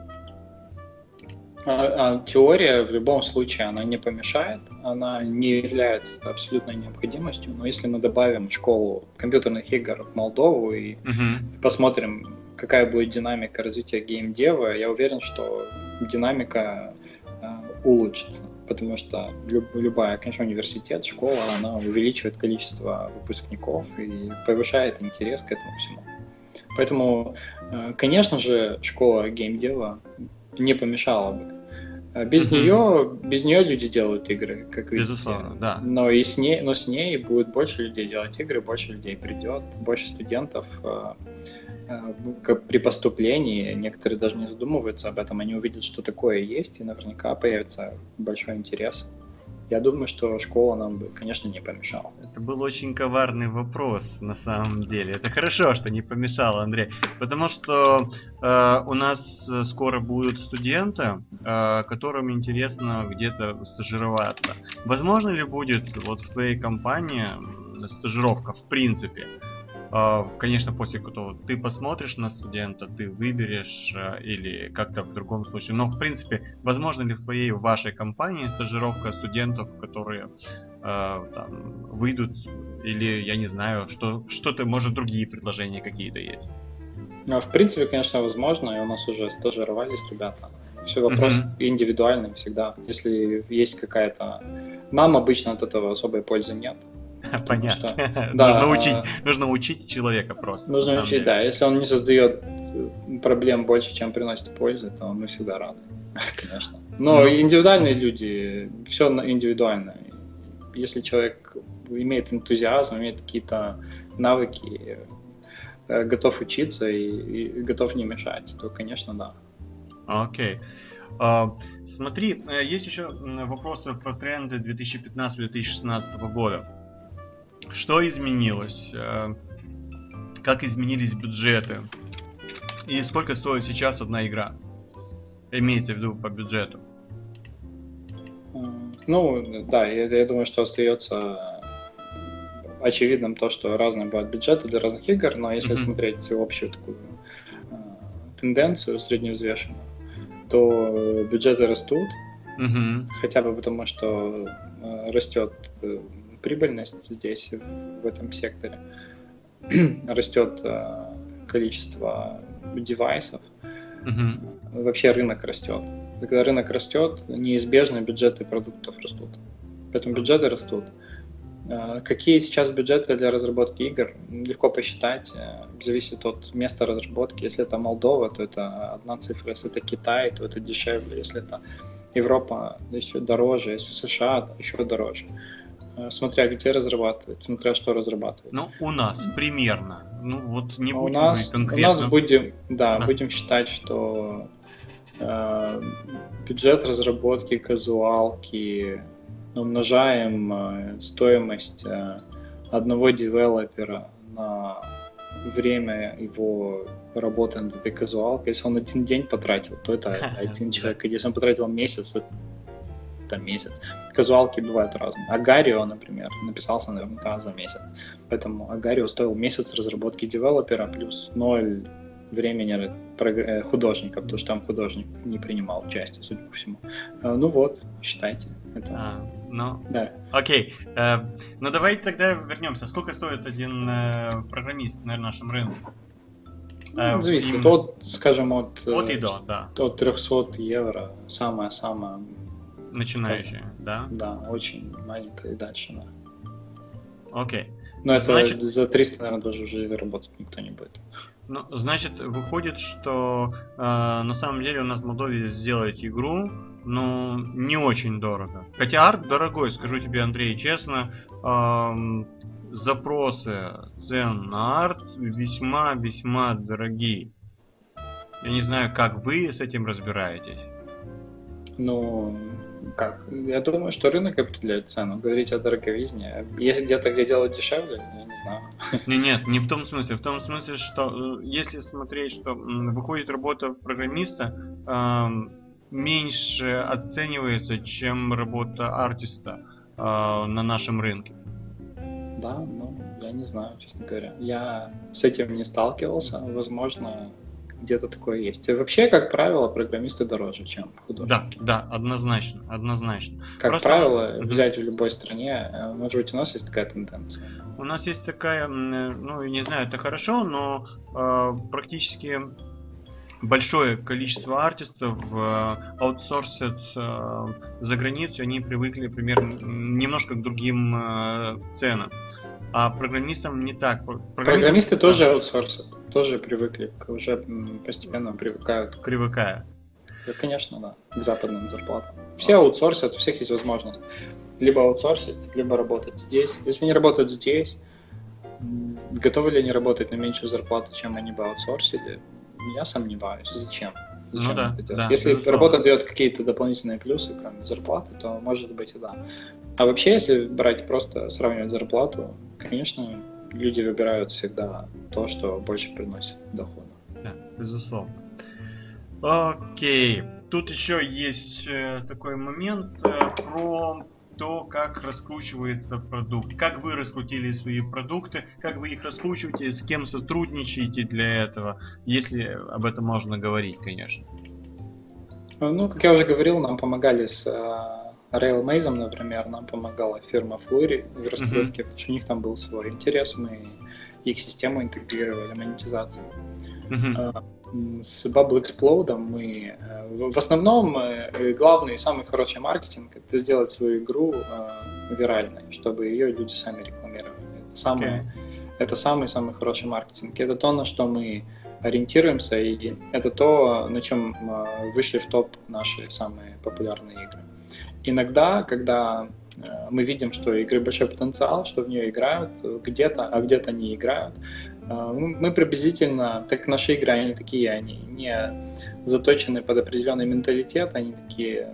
А, а, теория в любом случае она не помешает, она не является абсолютной необходимостью, но если мы добавим школу компьютерных игр в Молдову и uh-huh. посмотрим, какая будет динамика развития геймдева, я уверен, что динамика э, улучшится, потому что люб, любая, конечно, университет, школа, она увеличивает количество выпускников и повышает интерес к этому всему. Поэтому, э, конечно же, школа геймдева не помешала бы. Без mm-hmm. нее, без нее люди делают игры, как видите. Безусловно, да. Но и с ней, но с ней будет больше людей делать игры, больше людей придет, больше студентов. Как при поступлении, некоторые даже не задумываются об этом, они увидят, что такое есть, и наверняка появится большой интерес. Я думаю, что школа нам бы, конечно, не помешала. Это был очень коварный вопрос, на самом деле. Это хорошо, что не помешало, Андрей. Потому что э, у нас скоро будут студенты, э, которым интересно где-то стажироваться. Возможно ли будет вот в твоей компании стажировка в принципе? Конечно, после которого ты посмотришь на студента, ты выберешь или как-то в другом случае. Но, в принципе, возможно ли в твоей, в вашей компании стажировка студентов, которые э, там, выйдут, или, я не знаю, что, что-то, может, другие предложения какие-то есть? Ну, в принципе, конечно, возможно, и у нас уже стажировались ребята. Все вопрос mm-hmm. индивидуальный всегда. Если есть какая-то... Нам обычно от этого особой пользы нет. Понятно. Что, да, нужно, учить, нужно учить человека просто. Нужно учить, деле. Да. Если он не создает проблем больше, чем приносит пользы, то мы всегда рады, конечно. Но mm-hmm. индивидуальные люди, все индивидуально. Если человек имеет энтузиазм, имеет какие-то навыки, готов учиться и, и готов не мешать, то, конечно, да. Окей. Okay. Uh, смотри, есть еще вопросы про тренды две тысячи пятнадцатого - две тысячи шестнадцатого года. Что изменилось? Uh, как изменились бюджеты? И сколько стоит сейчас одна игра? Имеется в виду по бюджету. Ну, да, я, я думаю, что остается очевидным то, что разные бывают бюджеты для разных игр, но если mm-hmm. смотреть общую такую uh, тенденцию средневзвешенную, то бюджеты растут, mm-hmm. хотя бы потому, что э, растет э, прибыльность здесь, в этом секторе. Растет количество девайсов. Mm-hmm. Вообще рынок растет. Когда рынок растет, неизбежно бюджеты продуктов растут. Поэтому бюджеты растут. Какие сейчас бюджеты для разработки игр? Легко посчитать. Зависит от места разработки. Если это Молдова, то это одна цифра. Если это Китай, то это дешевле. Если это Европа, еще дороже. Если США, то еще дороже. Смотря где разрабатывать, смотря что разрабатывать. Ну, у нас примерно. Ну, вот не будем у нас, конкретно. У нас будем, да, да. будем считать, что э, бюджет разработки казуалки умножаем э, стоимость э, одного девелопера на время его работы над этой казуалкой. Если он один день потратил, то это один человек. Если он потратил месяц, то это месяц. Казуалки бывают разные. Агарио, например, написался наверняка за месяц. Поэтому Агарио стоил месяц разработки девелопера плюс ноль времени художника, потому что там художник не принимал участие, судя по всему. Ну вот, считайте. Это... А, ну, да. Окей. Э, ну давайте тогда вернемся. Сколько стоит один э, программист на нашем рынке? Ну, зависит. Именно... От, скажем, от, от и до, да. От трехсот евро. Самое-самое. Начинающая, да? Да, очень маленькая и дальше, да. Окей. Но это значит, за триста, наверное, даже уже работать никто не будет. Ну, значит, выходит, что э, на самом деле у нас в Молдове сделать игру, ну, не очень дорого. Хотя арт дорогой, скажу тебе, Андрей, честно, э, запросы цен на арт весьма-весьма дорогие. Я не знаю, как вы с этим разбираетесь. Ну, как? Я думаю, что рынок определяет цену. Говорить о дороговизне. Есть где-то, где делать дешевле, я не знаю. Не, нет, не в том смысле. В том смысле, что если смотреть, что выходит работа программиста, э, меньше оценивается, чем работа артиста э, на нашем рынке. Да, ну, я не знаю, честно говоря. Я с этим не сталкивался. Возможно, где-то такое есть. И вообще, как правило, программисты дороже, чем художники. Да, да, однозначно, однозначно. Как Просто... правило, взять в любой стране, может быть, у нас есть такая тенденция. У нас есть такая, ну, не знаю, это хорошо, но э, практически большое количество артистов э, аутсорсят э, за границу, они привыкли примерно немножко к другим э, ценам. А программистам не так. Программисты, Программисты тоже аутсорсят, тоже привыкли, уже постепенно привыкают. Привыкают. Да, конечно, да, к западным зарплатам. Все аутсорсят, у всех есть возможность либо аутсорсить, либо работать здесь. Если не работают здесь, готовы ли они работать на меньшую зарплату, чем они бы аутсорсили? Я сомневаюсь. Зачем? Зачем ну, да, это делать? да, Если безусловно. работа дает какие-то дополнительные плюсы, кроме зарплаты, то может быть и да. А вообще, если брать просто сравнивать зарплату, конечно, люди выбирают всегда то, что больше приносит дохода. Да, безусловно. Окей. Тут еще есть э, такой момент э, про то, как раскручивается продукт. Как вы раскрутили свои продукты, как вы их раскручиваете, с кем сотрудничаете для этого, если об этом можно говорить, конечно. Ну, как я уже говорил, нам помогали с Railmaze, например, нам помогала фирма Flurry в раскрутке, mm-hmm. потому что у них там был свой интерес, мы их систему интегрировали, монетизацию. Mm-hmm. С Bubble Explode мы... В основном главный и самый хороший маркетинг — это сделать свою игру виральной, чтобы ее люди сами рекламировали. Это самый, okay. это самый-самый хороший маркетинг. Это то, на что мы ориентируемся, и это то, на чем вышли в топ наши самые популярные игры. Иногда, когда мы видим, что у игры большой потенциал, что в нее играют где-то, а где-то не играют, мы приблизительно, так как наши игры, они такие, они не заточены под определенный менталитет, они такие,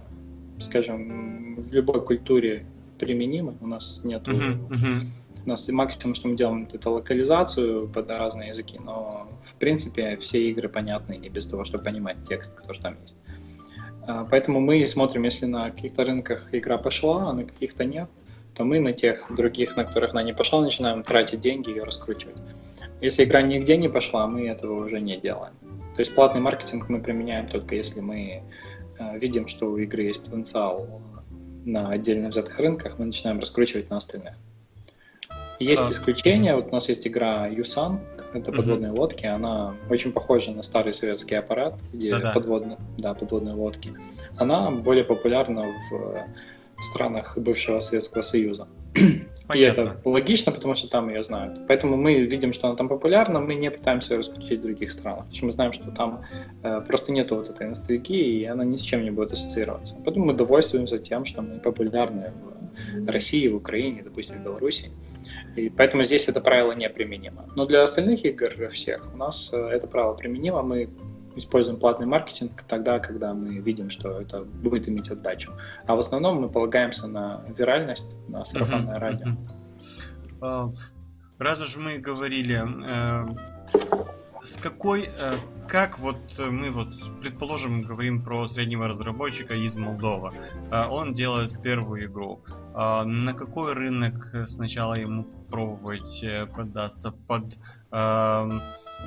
скажем, в любой культуре применимы. У нас нету, uh-huh, uh-huh. у нас максимум, что мы делаем, это локализацию под разные языки, но в принципе все игры понятны и без того, чтобы понимать текст, который там есть. Поэтому мы смотрим, если на каких-то рынках игра пошла, а на каких-то нет, то мы на тех других, на которых она не пошла, начинаем тратить деньги и ее раскручивать. Если игра нигде не пошла, мы этого уже не делаем. То есть платный маркетинг мы применяем только если мы видим, что у игры есть потенциал на отдельно взятых рынках, мы начинаем раскручивать на остальных. Есть А. исключения. Вот у нас есть игра Юсан, это подводные угу. лодки. Она очень похожа на старый советский аппарат, где подводные, да, подводные лодки. Она более популярна в странах бывшего Советского Союза. Понятно. И это логично, потому что там ее знают. Поэтому мы видим, что она там популярна, мы не пытаемся ее раскрутить в других странах. Потому что мы знаем, что там э, просто нету вот этой ностальгии, и она ни с чем не будет ассоциироваться. Поэтому мы довольствуемся тем, что мы популярны в России, в Украине, допустим, в Беларуси. И поэтому здесь это правило неприменимо. Но для остальных игр всех у нас это правило применимо. Мы используем платный маркетинг тогда, когда мы видим, что это будет иметь отдачу. А в основном мы полагаемся на виральность, на сарафанное uh-huh, радио. Uh-huh. Раз уж мы говорили, э, с какой, э, как вот мы вот, предположим, говорим про среднего разработчика из Молдовы, э, он делает первую игру. Э, на какой рынок сначала ему пробовать э, продаться? Под э,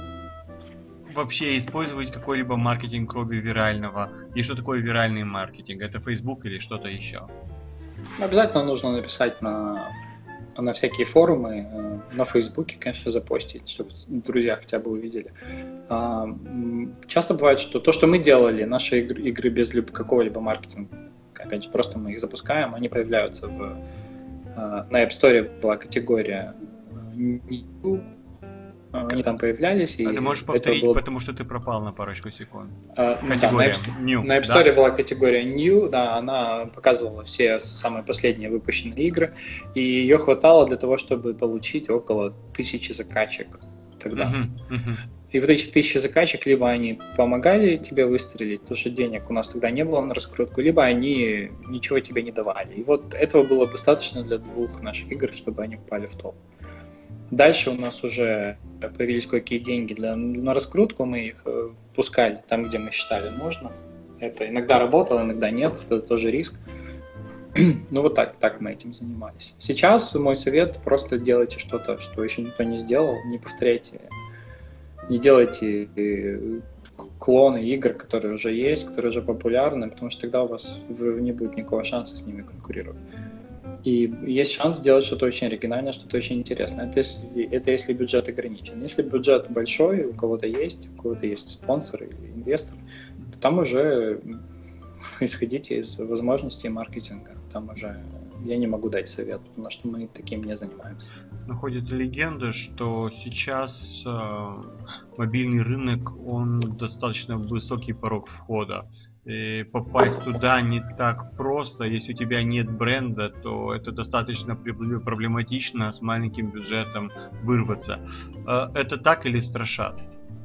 вообще использовать какой-либо маркетинг, кроме вирального? И что такое виральный маркетинг? Это Facebook или что-то еще? Обязательно нужно написать на, на всякие форумы, на Фейсбуке, конечно, запостить, чтобы друзья хотя бы увидели. Часто бывает, что то, что мы делали, наши игры, игры без какого-либо маркетинга, опять же, просто мы их запускаем, они появляются в... На App Store была категория New, они там появлялись. А и ты можешь повторить, было... потому что ты пропал на парочку секунд. А, категория да, на, New. На App Store да? была категория New, да, она показывала все самые последние выпущенные игры, и ее хватало для того, чтобы получить около тысячи закачек тогда. Uh-huh, uh-huh. И вот эти тысячи закачек, либо они помогали тебе выстрелить, потому что денег у нас тогда не было на раскрутку, либо они ничего тебе не давали. И вот этого было достаточно для двух наших игр, чтобы они попали в топ. Дальше у нас уже появились кое-какие деньги для, на раскрутку, мы их пускали там, где мы считали можно. Это иногда работало, иногда нет, это тоже риск. Ну вот так, так мы этим занимались. Сейчас мой совет: просто делайте что-то, что еще никто не сделал, не повторяйте, не делайте клоны игр, которые уже есть, которые уже популярны, потому что тогда у вас не будет никакого шанса с ними конкурировать. И есть шанс сделать что-то очень оригинальное, что-то очень интересное. Это если, это если бюджет ограничен. Если бюджет большой, у кого-то есть, у кого-то есть спонсор или инвестор, то там уже исходите из возможностей маркетинга. Там уже я не могу дать совет, потому что мы таким не занимаемся. Ходит легенда, что сейчас э, мобильный рынок, он достаточно высокий порог входа. И попасть туда не так просто. Если у тебя нет бренда, то это достаточно проблематично с маленьким бюджетом вырваться. Это так или страшат?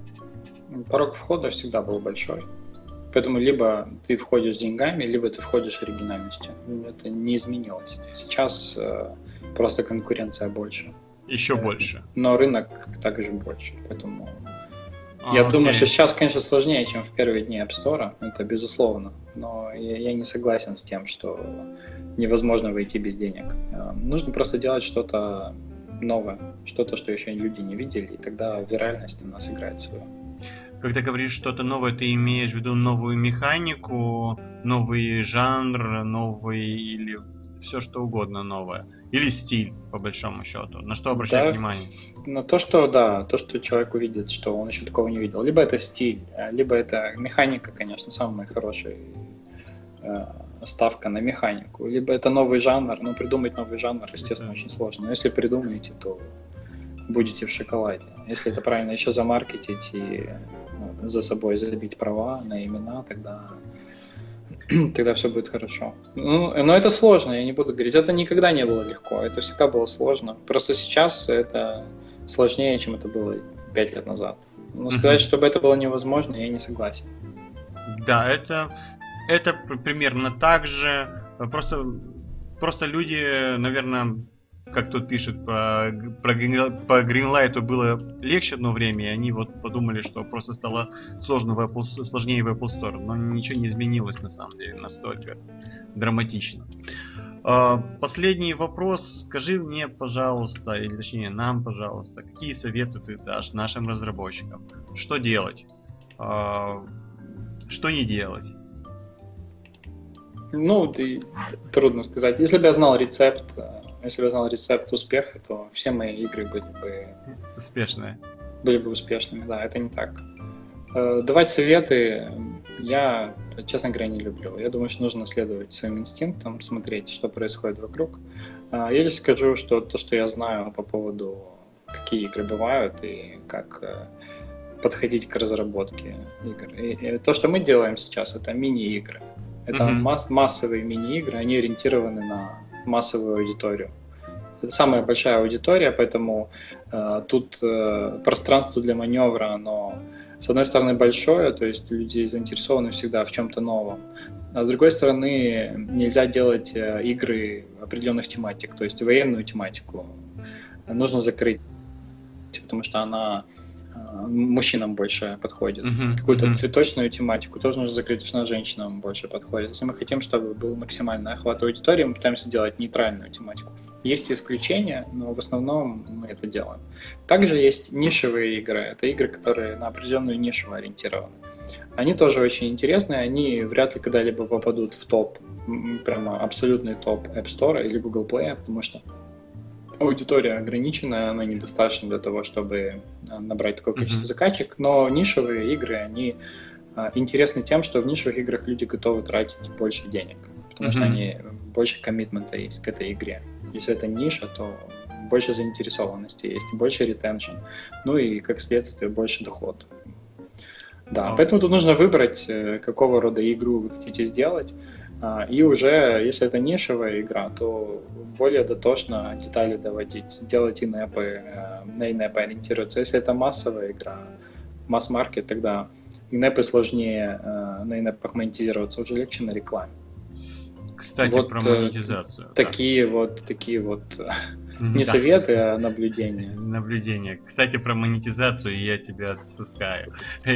Порог входа всегда был большой. Поэтому либо ты входишь с деньгами, либо ты входишь оригинальностью. Это не изменилось. Сейчас э, просто конкуренция больше. Еще э, больше. Но рынок также больше. Поэтому а, я окей. думаю, что сейчас, конечно, сложнее, чем в первые дни App Store. Это безусловно. Но я, я не согласен с тем, что невозможно войти без денег. Э, нужно просто делать что-то новое, что-то, что еще люди не видели, и тогда виральность у нас играет свою. Когда говоришь что-то новое, ты имеешь в виду новую механику, новый жанр, новый или все что угодно новое? Или стиль, по большому счету? На что обращать да, внимание? На то, что да, то, что человек увидит, что он еще такого не видел. Либо это стиль, либо это механика, конечно, самая хорошая э, ставка на механику. Либо это новый жанр, но придумать новый жанр, естественно, очень сложно. Но если придумаете, то будете в шоколаде. Если это правильно еще замаркетить и за собой забить права на имена, тогда, тогда все будет хорошо. Ну, но это сложно, я не буду говорить. Это никогда не было легко, это всегда было сложно. Просто сейчас это сложнее, чем это было пять лет назад. Но сказать, uh-huh. чтобы это было невозможно, я не согласен. Да, это, это примерно так же. Просто, просто люди, наверное, как тут пишет, про, про, по Greenlight было легче одно время, и они вот подумали, что просто стало сложно в Apple, сложнее в Apple Store, но ничего не изменилось на самом деле настолько драматично. Uh, последний вопрос. Скажи мне, пожалуйста, или точнее нам, пожалуйста, какие советы ты дашь нашим разработчикам? Что делать? Uh, что не делать? Ну, ты, трудно сказать. Если бы я знал рецепт, если бы я знал рецепт успеха, то все мои игры были бы успешные. Были бы успешными, да, это не так. Давать советы я, честно говоря, не люблю. Я думаю, что нужно следовать своим инстинктам, смотреть, что происходит вокруг. Я лишь скажу, что то, что я знаю по поводу, какие игры бывают и как подходить к разработке игр. И то, что мы делаем сейчас, это мини-игры. Это mm-hmm. масс- массовые мини-игры, они ориентированы на массовую аудиторию. Это самая большая аудитория, поэтому э, тут э, пространство для маневра, оно, с одной стороны, большое, то есть люди заинтересованы всегда в чем-то новом, а с другой стороны, нельзя делать э, игры определенных тематик, то есть военную тематику нужно закрыть, потому что она мужчинам больше подходит. Uh-huh, Какую-то uh-huh. цветочную тематику тоже нужно закрыть, потому что женщинам больше подходит. Если мы хотим, чтобы был максимальный охват аудитории, мы пытаемся делать нейтральную тематику. Есть исключения, но в основном мы это делаем. Также есть нишевые игры. Это игры, которые на определенную нишу ориентированы. Они тоже очень интересные. Они вряд ли когда-либо попадут в топ, прямо абсолютный топ App Store или Google Play, потому что аудитория ограниченная, она недостаточна для того, чтобы набрать такое количество mm-hmm. закачек, но нишевые игры, они а, интересны тем, что в нишевых играх люди готовы тратить больше денег, потому mm-hmm. что они больше коммитмента есть к этой игре. Если это ниша, то больше заинтересованности есть, больше ретеншн, ну и, как следствие, больше доход. Да, oh. поэтому тут нужно выбрать, какого рода игру вы хотите сделать. И уже, если это нишевая игра, то более дотошно детали доводить, делать инэпы, на инэпы ориентироваться. Если это массовая игра, масс-маркет, тогда инэпы сложнее, на инэпах монетизироваться уже легче на рекламе. Кстати, вот про монетизацию. Такие да. вот, такие вот, не да. советы, а наблюдения. Наблюдения. Кстати, про монетизацию я тебя отпускаю.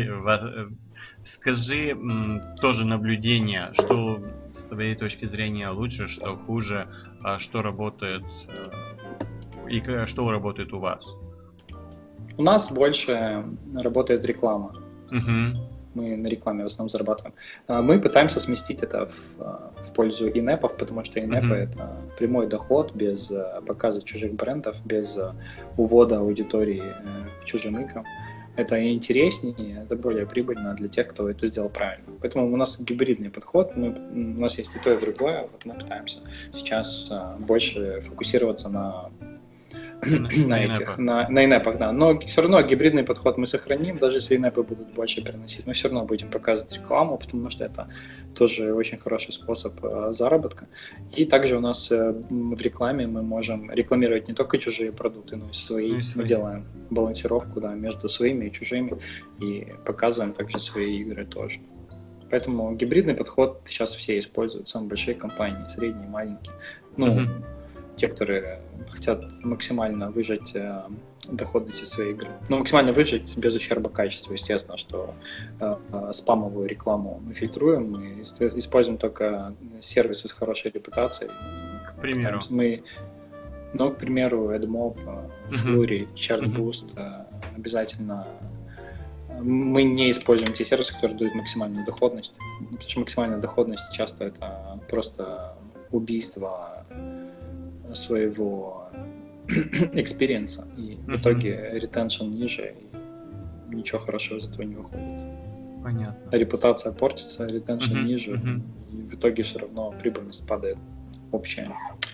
Скажи тоже наблюдение, что с твоей точки зрения лучше, что хуже, а что работает и что работает у вас? У нас больше работает реклама. Угу. Мы на рекламе в основном зарабатываем. Мы пытаемся сместить это в, в пользу инэпов, потому что инэпы uh-huh. это прямой доход без показа чужих брендов, без увода аудитории к чужим играм. Это интереснее, это более прибыльно для тех, кто это сделал правильно. Поэтому у нас гибридный подход, мы, у нас есть и то, и другое. Вот мы пытаемся сейчас больше фокусироваться на на этих, на, на инэпах, да. Но все равно гибридный подход мы сохраним, даже если инэпы будут больше переносить. Мы все равно будем показывать рекламу, потому что это тоже очень хороший способ э, заработка. И также у нас э, в рекламе мы можем рекламировать не только чужие продукты, но и свои. И свои. Мы делаем балансировку, да, между своими и чужими, и показываем также свои игры тоже. Поэтому гибридный подход сейчас все используют, самые большие компании, средние, маленькие. Ну, mm-hmm. те, которые хотят максимально выжать э, доходность из своей игры. Ну, максимально выжать без ущерба качеству, естественно, что э, э, спамовую рекламу мы фильтруем, мы используем только сервисы с хорошей репутацией. К примеру? Мы, ну, к примеру, AdMob, Flurry, uh-huh. Chartboost, uh-huh. э, обязательно мы не используем те сервисы, которые дают максимальную доходность, потому что максимальная доходность часто это просто убийство своего экспириенса, и uh-huh. в итоге ретеншн ниже, и ничего хорошего из этого не выходит. Понятно. Репутация портится, ретеншн uh-huh. ниже, uh-huh. и в итоге все равно прибыльность падает общая.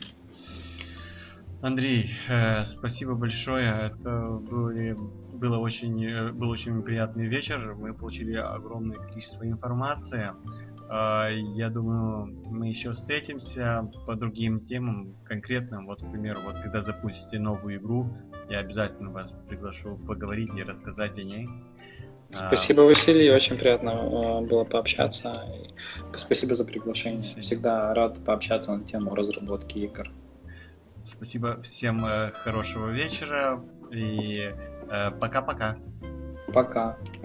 Андрей, э, спасибо большое. Это были, было очень, был очень приятный вечер. Мы получили огромное количество информации. Я думаю, мы еще встретимся по другим темам конкретным. Вот, к примеру, вот когда запустите новую игру, я обязательно вас приглашу поговорить и рассказать о ней. Спасибо, Василий, очень приятно было пообщаться. Спасибо за приглашение. Всегда рад пообщаться на тему разработки игр. Спасибо, всем хорошего вечера и пока-пока. Пока.